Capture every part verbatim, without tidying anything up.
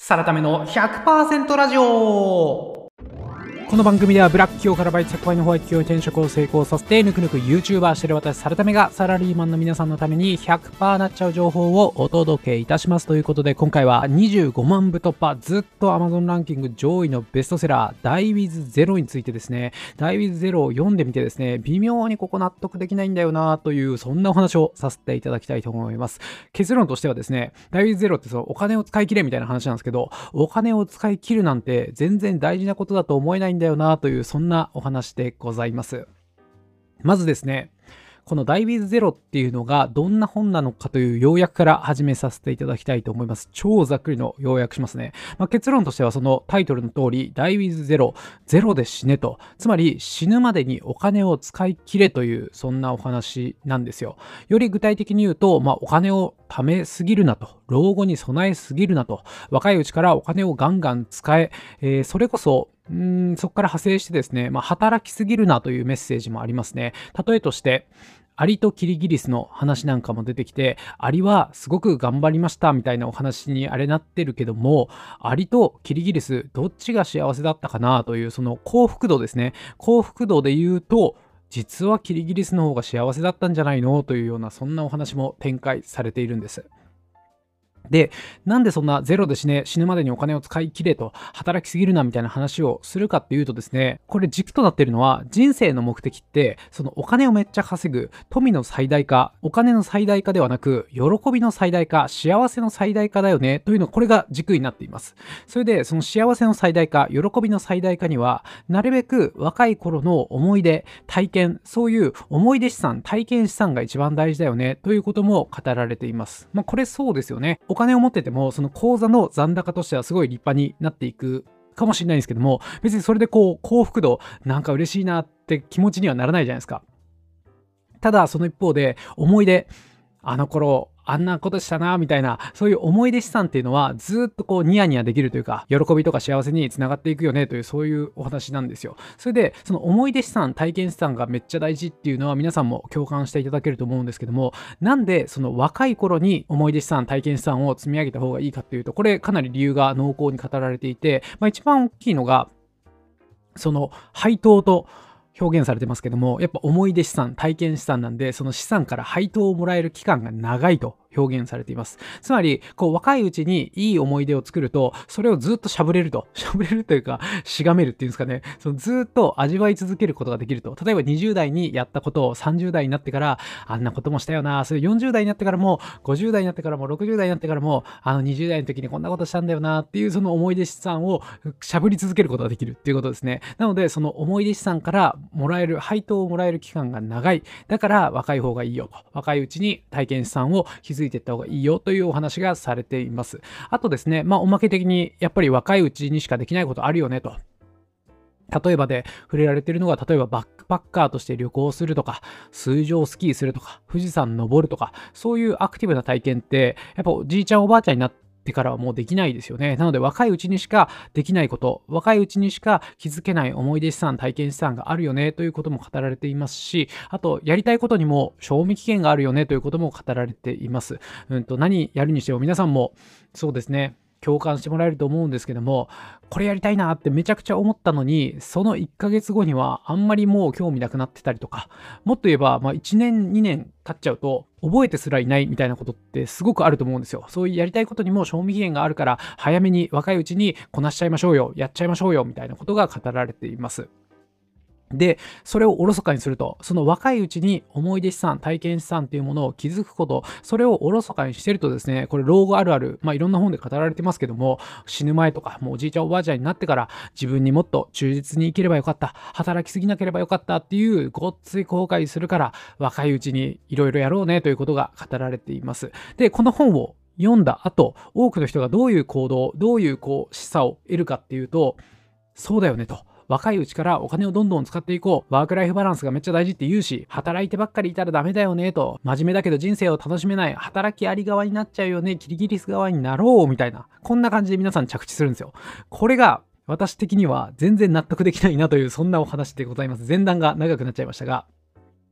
サラタメの ひゃくパーセント ラジオ。 この番組ではブラック企業からバイト先のホワイト企業に転職を成功させてぬくぬく YouTuber している私サラタメがサラリーマンの皆さんのために ひゃくパーセント なっちゃう情報をお届けいたしますということで、今回はにじゅうごまんぶ突破、ずっと Amazon ランキング上位のベストセラーダイウィズゼロについてですね、ダイウィズゼロを読んでみてですね、微妙にここ納得できないんだよなという、そんなお話をさせていただきたいと思います。結論としてはですね、ダイウィズゼロってそのお金を使い切れみたいな話なんですけど、お金を使い切るなんて全然大事なことだと思えないんだよなという、そんなお話でございます。まずですね、このダイウィズゼロっていうのがどんな本なのかという要約から始めさせていただきたいと思います。超ざっくりの要約しますね。まあ、結論としてはそのタイトルの通り、ダイウィズゼロ、ゼロで死ねと。つまり死ぬまでにお金を使い切れという、そんなお話なんですよ。より具体的に言うと、まあ、お金を貯めすぎるなと。老後に備えすぎるなと。若いうちからお金をガンガン使え、えー、それこそ、うーんそこから派生してですね、まあ、働きすぎるなというメッセージもありますね。例えとして、アリとキリギリスの話なんかも出てきて、アリはすごく頑張りましたみたいなお話にあれなってるけども、アリとキリギリスどっちが幸せだったかなという、その幸福度ですね。幸福度で言うと、実はキリギリスの方が幸せだったんじゃないのというような、そんなお話も展開されているんです。で、なんでそんなゼロで死ね、死ぬまでにお金を使い切れと、働きすぎるなみたいな話をするかっていうとですね、これ軸となっているのは、人生の目的って、そのお金をめっちゃ稼ぐ、富の最大化、お金の最大化ではなく、喜びの最大化、幸せの最大化だよね、というの、これが軸になっています。それで、その幸せの最大化、喜びの最大化には、なるべく若い頃の思い出、体験、そういう思い出資産、体験資産が一番大事だよね、ということも語られています。まあ、これそうですよね。お金を持ってても、その口座の残高としてはすごい立派になっていくかもしれないんですけども、別にそれでこう幸福度なんか嬉しいなって気持ちにはならないじゃないですか。ただその一方で思い出、あの頃あんなことしたなみたいな、そういう思い出資産っていうのはずっとこうニヤニヤできるというか、喜びとか幸せにつながっていくよねという、そういうお話なんですよ。それでその思い出資産、体験資産がめっちゃ大事っていうのは皆さんも共感していただけると思うんですけども、なんでその若い頃に思い出資産、体験資産を積み上げた方がいいかっていうと、これかなり理由が濃厚に語られていて、まあ、一番大きいのがその配当と表現されてますけども、やっぱ思い出資産、体験資産なんで、その資産から配当をもらえる期間が長いと表現されています。つまり、こう若いうちにいい思い出を作ると、それをずっとしゃぶれると。しゃぶれるというか、しがめるっていうんですかね。そのずっと味わい続けることができると。例えばにじゅう代にやったことをさんじゅう代になってから、あんなこともしたよな。それよんじゅう代になってからも、ごじゅう代になってからも、ろくじゅう代になってからも、あのにじゅう代の時にこんなことしたんだよなっていう、その思い出資産をしゃぶり続けることができるっていうことですね。なので、その思い出資産からもらえる、配当をもらえる期間が長い。だから若い方がいいよと。若いうちに体験資産を築いていった方がいいよというお話がされています。あとですね、まあおまけ的にやっぱり若いうちにしかできないことあるよねと。例えばで触れられているのが、例えばバックパッカーとして旅行するとか、水上スキーするとか、富士山登るとか、そういうアクティブな体験って、やっぱおじいちゃんおばあちゃんになってってからはもうできないですよね。なので若いうちにしかできないこと、若いうちにしか気づけない思い出資産、体験資産があるよねということも語られていますし、あとやりたいことにも賞味期限があるよねということも語られています。うんと何やるにしても皆さんもそうですね。共感してもらえると思うんですけども、これやりたいなってめちゃくちゃ思ったのに、そのいっかげつごにはあんまりもう興味なくなってたりとか、もっと言えば、まあ、いちねんにねん経っちゃうと覚えてすらいないみたいなことってすごくあると思うんですよ。そういうやりたいことにも賞味期限があるから、早めに若いうちにこなしちゃいましょうよ、やっちゃいましょうよみたいなことが語られています。で、それをおろそかにすると、その若いうちに思い出資産、体験資産っていうものを築くこと、それをおろそかにしてるとですね、これ老後あるある、まあいろんな本で語られてますけども、死ぬ前とか、もうおじいちゃんおばあちゃんになってから自分にもっと忠実に生きればよかった、働きすぎなければよかったっていうごっつい後悔するから、若いうちにいろいろやろうねということが語られています。で、この本を読んだ後、多くの人がどういう行動、どういうこう示唆を得るかっていうと、そうだよねと。若いうちからお金をどんどん使っていこう。ワークライフバランスがめっちゃ大事って言うし、働いてばっかりいたらダメだよねと。真面目だけど人生を楽しめない。働きあり側になっちゃうよね。キリギリス側になろうみたいな。こんな感じで皆さん着地するんですよ。これが私的には全然納得できないなという、そんなお話でございます。前段が長くなっちゃいましたが。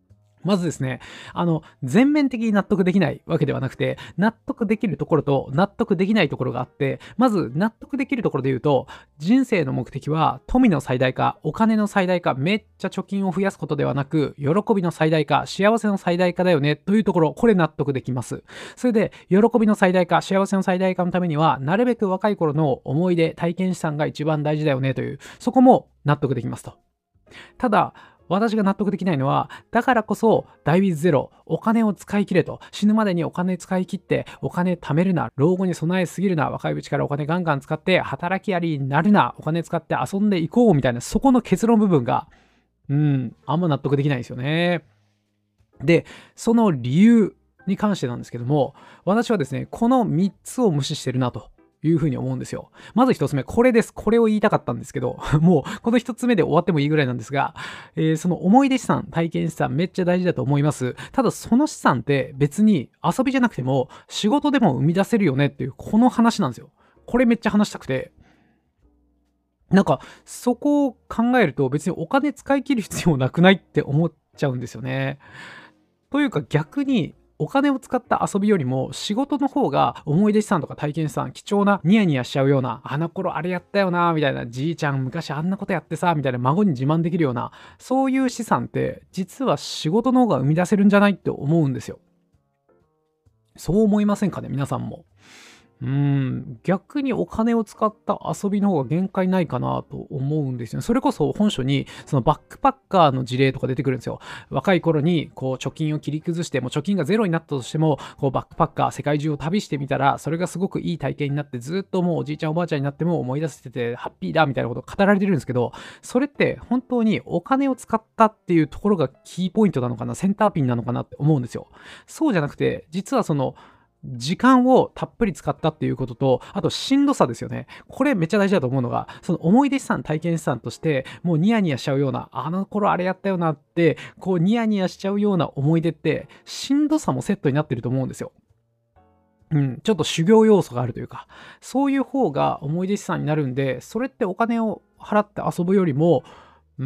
まずですね、あの、全面的に納得できないわけではなくて、納得できるところと納得できないところがあって、まず納得できるところで言うと、人生の目的は富の最大化、お金の最大化、めっちゃ貯金を増やすことではなく、喜びの最大化、幸せの最大化だよねというところ、これ納得できます。それで、喜びの最大化、幸せの最大化のためには、なるべく若い頃の思い出、体験資産が一番大事だよねという、そこも納得できますと。ただ、私が納得できないのは、だからこそ、ダイウィズゼロ、お金を使い切れと、死ぬまでにお金使い切って、お金貯めるな、老後に備えすぎるな、若いうちからお金ガンガン使って、働きありになるな、お金使って遊んでいこうみたいな、そこの結論部分が、うん、あんま納得できないんですよね。で、その理由に関してなんですけども、私はですね、このみっつを無視してるなと。いうふうに思うんですよ。まず一つ目、これです。これを言いたかったんですけど、もうこの一つ目で終わってもいいぐらいなんですが、えーその思い出資産、体験資産めっちゃ大事だと思います。ただその資産って別に遊びじゃなくても仕事でも生み出せるよねっていうこの話なんですよ。これめっちゃ話したくて。なんかそこを考えると別にお金使い切る必要なくないって思っちゃうんですよね。というか逆にお金を使った遊びよりも仕事の方が思い出資産とか体験資産、貴重なニヤニヤしちゃうような、あの頃あれやったよなみたいな、じいちゃん昔あんなことやってさみたいな、孫に自慢できるような、そういう資産って実は仕事の方が生み出せるんじゃないって思うんですよ。そう思いませんかね、皆さんも。うーん、逆にお金を使った遊びの方が限界ないかなと思うんですよね。それこそ本書にそのバックパッカーの事例とか出てくるんですよ。若い頃にこう貯金を切り崩して、もう貯金がゼロになったとしても、こうバックパッカー世界中を旅してみたら、それがすごくいい体験になって、ずっともうおじいちゃんおばあちゃんになっても思い出せててハッピーだみたいなことを語られてるんですけど、それって本当にお金を使ったっていうところがキーポイントなのかな、センターピンなのかなって思うんですよ。そうじゃなくて、実はその時間をたっぷり使ったっていうことと、あとしんどさですよね。これめっちゃ大事だと思うのが、その思い出資産、体験資産として、もうニヤニヤしちゃうような、あの頃あれやったよなって、こうニヤニヤしちゃうような思い出って、しんどさもセットになってると思うんですよ。うん、ちょっと修行要素があるというか、そういう方が思い出資産になるんで、それってお金を払って遊ぶよりも、うん、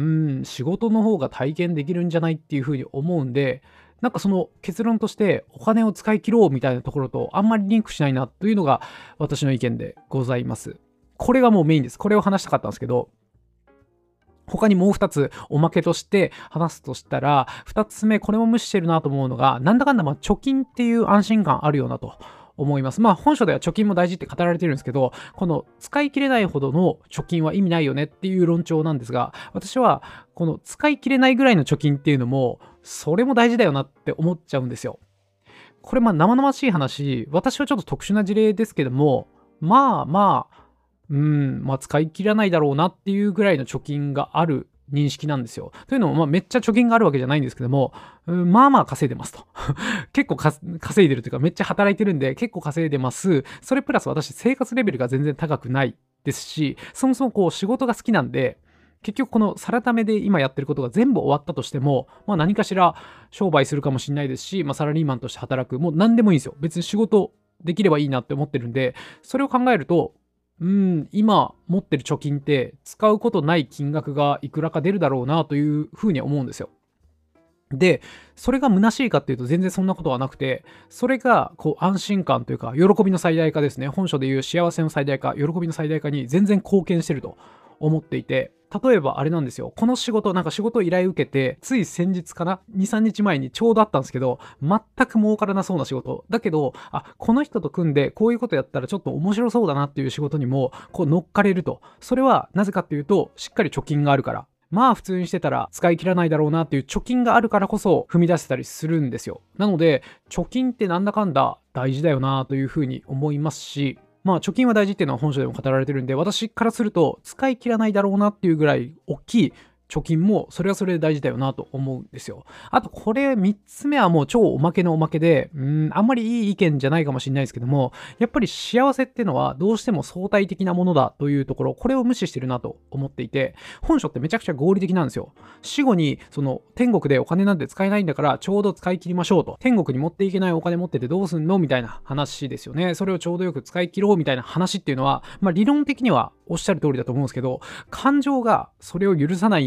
仕事の方が体験できるんじゃないっていうふうに思うんで、なんかその結論としてお金を使い切ろうみたいなところとあんまりリンクしないなというのが私の意見でございます。これがもうメインです。これを話したかったんですけど、他にもうふたつおまけとして話すとしたら、ふたつめ、これも無視してるなと思うのが、なんだかんだまあ貯金っていう安心感あるよなと思います。まあ本書では貯金も大事って語られてるんですけど、この使い切れないほどの貯金は意味ないよねっていう論調なんですが、私はこの使い切れないぐらいの貯金っていうのも、それも大事だよなって思っちゃうんですよ。これまあ生々しい話、私はちょっと特殊な事例ですけども、まあまあ、うん、まあ使い切らないだろうなっていうぐらいの貯金がある認識なんですよ。というのも、まあ、めっちゃ貯金があるわけじゃないんですけども、うん、まあまあ稼いでますと。結構か稼いでるというか、めっちゃ働いてるんで、結構稼いでます。それプラス私、生活レベルが全然高くないですし、そもそもこう仕事が好きなんで、結局このサラタメで今やってることが全部終わったとしても、まあ何かしら商売するかもしれないですし、まあサラリーマンとして働く、もう何でもいいんですよ。別に仕事できればいいなって思ってるんで、それを考えると、うん、今持ってる貯金って使うことない金額がいくらか出るだろうなというふうに思うんですよ。で、それが虚しいかっていうと全然そんなことはなくて、それがこう安心感というか、喜びの最大化ですね。本書でいう幸せの最大化、喜びの最大化に全然貢献してると思っていて、例えばあれなんですよ。この仕事、なんか仕事依頼受けて、つい先日かな ?に、さんにちまえにちょうどあったんですけど、全く儲からなそうな仕事。だけど、あ、この人と組んでこういうことやったらちょっと面白そうだなっていう仕事にも、こう乗っかれると。それはなぜかっていうと、しっかり貯金があるから。まあ普通にしてたら使い切らないだろうなっていう貯金があるからこそ踏み出せたりするんですよ。なので、貯金ってなんだかんだ大事だよなというふうに思いますし、まあ貯金は大事っていうのは本書でも語られてるんで、私からすると使い切らないだろうなっていうぐらい大きい貯金もそれはそれで大事だよなと思うんですよ。あとこれみっつめはもう超おまけのおまけで、うーん、あんまりいい意見じゃないかもしれないですけども、やっぱり幸せっていうのはどうしても相対的なものだというところ、これを無視してるなと思っていて、本書ってめちゃくちゃ合理的なんですよ。死後にその天国でお金なんて使えないんだからちょうど使い切りましょうと。天国に持っていけないお金持っててどうすんのみたいな話ですよね。それをちょうどよく使い切ろうみたいな話っていうのは、まあ理論的にはおっしゃる通りだと思うんですけど、感情がそれを許さない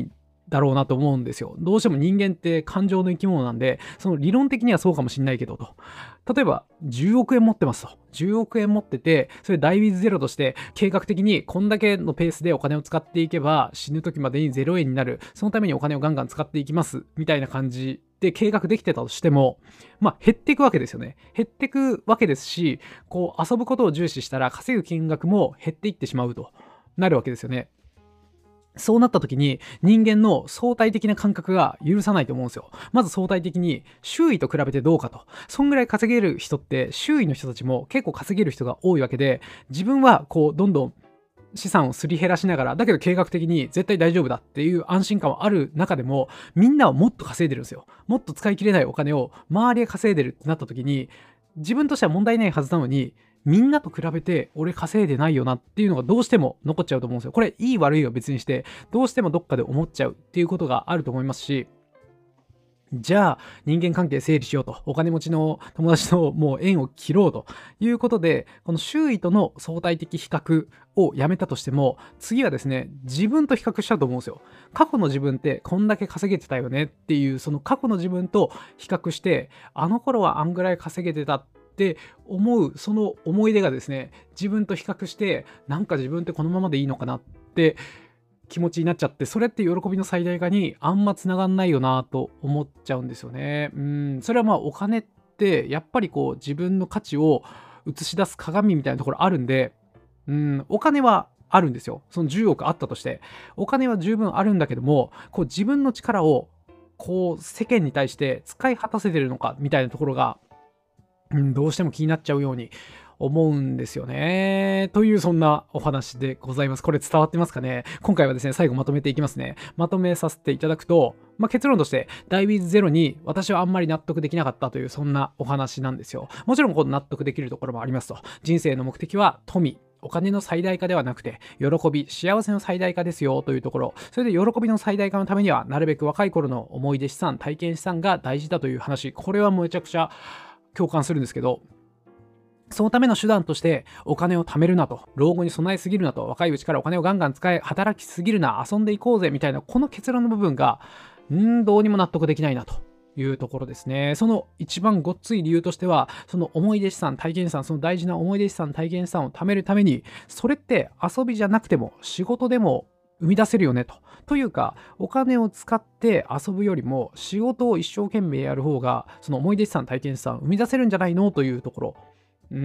だろうなと思うんですよ。どうしても人間って感情の生き物なんで、その理論的にはそうかもしんないけどと。例えば、じゅうおくえん持ってますと。じゅうおくえん持ってて、それダイウィズゼロとして計画的にこんだけのペースでお金を使っていけば死ぬ時までにゼロえんになる。そのためにお金をガンガン使っていきます。みたいな感じで計画できてたとしても、まあ減っていくわけですよね。減っていくわけですし、こう遊ぶことを重視したら稼ぐ金額も減っていってしまうとなるわけですよね。そうなった時に人間の相対的な感覚が許さないと思うんですよ。まず相対的に周囲と比べてどうかと。そんぐらい稼げる人って周囲の人たちも結構稼げる人が多いわけで、自分はこうどんどん資産をすり減らしながら、だけど計画的に絶対大丈夫だっていう安心感はある中でも、みんなはもっと稼いでるんですよ。もっと使い切れないお金を周りが稼いでるってなった時に、自分としては問題ないはずなのに、みんなと比べて俺稼いでないよなっていうのがどうしても残っちゃうと思うんですよ。これいい悪いは別にして、どうしてもどっかで思っちゃうっていうことがあると思いますし、じゃあ人間関係整理しようと、お金持ちの友達ともう縁を切ろうということで、この周囲との相対的比較をやめたとしても、次はですね、自分と比較しちゃうと思うんですよ。過去の自分ってこんだけ稼げてたよねっていう、その過去の自分と比較して、あの頃はあんぐらい稼げてたって思う、その思い出がですね、自分と比較して、なんか自分ってこのままでいいのかなって気持ちになっちゃって、それって喜びの最大化にあんまつながんないよなと思っちゃうんですよね。うん、それはまあお金ってやっぱりこう自分の価値を映し出す鏡みたいなところあるんで、うん、お金はあるんですよ。そのじゅうおくあったとして、お金は十分あるんだけども、こう自分の力をこう世間に対して使い果たせてるのかみたいなところが、うん、どうしても気になっちゃうように思うんですよね。というそんなお話でございます。これ伝わってますかね。今回はですね、最後まとめていきますね。まとめさせていただくと、まあ、結論として、ダイウィズゼロに私はあんまり納得できなかったというそんなお話なんですよ。もちろんこの納得できるところもありますと。人生の目的は富。お金の最大化ではなくて、喜び、幸せの最大化ですよというところ。それで喜びの最大化のためには、なるべく若い頃の思い出資産、体験資産が大事だという話。これはめちゃくちゃ共感するんですけど、そのための手段としてお金を貯めるなと、老後に備えすぎるなと、若いうちからお金をガンガン使い、働きすぎるな、遊んでいこうぜみたいな、この結論の部分が、んどうにも納得できないなというところですね。その一番ごっつい理由としては、その思い出資産、体験資産、その大事な思い出資産、体験資産を貯めるために、それって遊びじゃなくても仕事でも生み出せるよねと。というか、お金を使って遊ぶよりも仕事を一生懸命やる方が、その思い出資産、体験資産を生み出せるんじゃないのというところ。うん、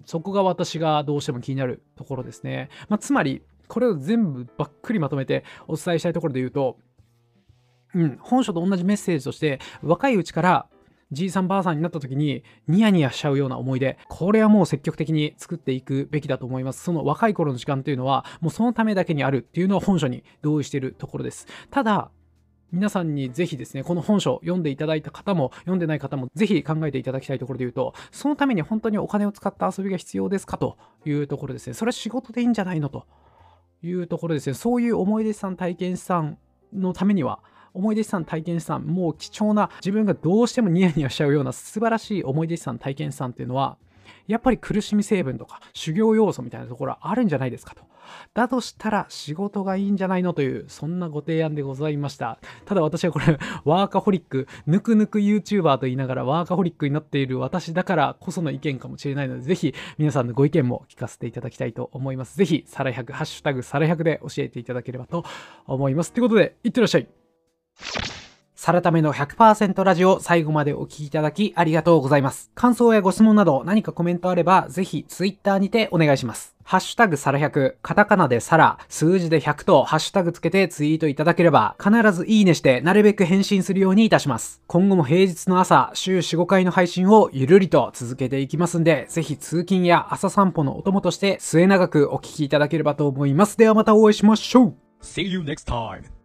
そこが私がどうしても気になるところですね。まあ、つまり、これを全部ばっくりまとめてお伝えしたいところで言うと、うん、本書と同じメッセージとして、若いうちからじいさんばあさんになった時にニヤニヤしちゃうような思い出、これはもう積極的に作っていくべきだと思います。その若い頃の時間というのは、もうそのためだけにあるっていうのは本書に同意しているところです。ただ、皆さんにぜひですね、この本書読んでいただいた方も読んでない方もぜひ考えていただきたいところで言うと、そのために本当にお金を使った遊びが必要ですかというところですね。それは仕事でいいんじゃないのというところですね。そういう思い出資産、体験資産のためには、思い出資産、体験資産、もう貴重な、自分がどうしてもニヤニヤしちゃうような素晴らしい思い出資産、体験資産っていうのは、やっぱり苦しみ成分とか修行要素みたいなところはあるんじゃないですかと。だとしたら仕事がいいんじゃないのという、そんなご提案でございました。ただ私はこれ、ワーカホリック、ぬくぬく YouTuber と言いながらワーカホリックになっている私だからこその意見かもしれないので、ぜひ皆さんのご意見も聞かせていただきたいと思います。ぜひ、サラひゃく、ハッシュタグサラひゃくで教えていただければと思います。ということで、いってらっしゃい。サラタメの ひゃくパーセント ラジオ、最後までお聞きいただきありがとうございます。感想やご質問など何かコメントあれば、ぜひツイッターにてお願いします。ハッシュタグサラひゃく、カタカナでサラ、数字でひゃくとハッシュタグつけてツイートいただければ、必ずいいねしてなるべく返信するようにいたします。今後も平日の朝、週よん、ごかいの配信をゆるりと続けていきますんで、ぜひ通勤や朝散歩のお供として末永くお聞きいただければと思います。ではまたお会いしましょう。 See you next time.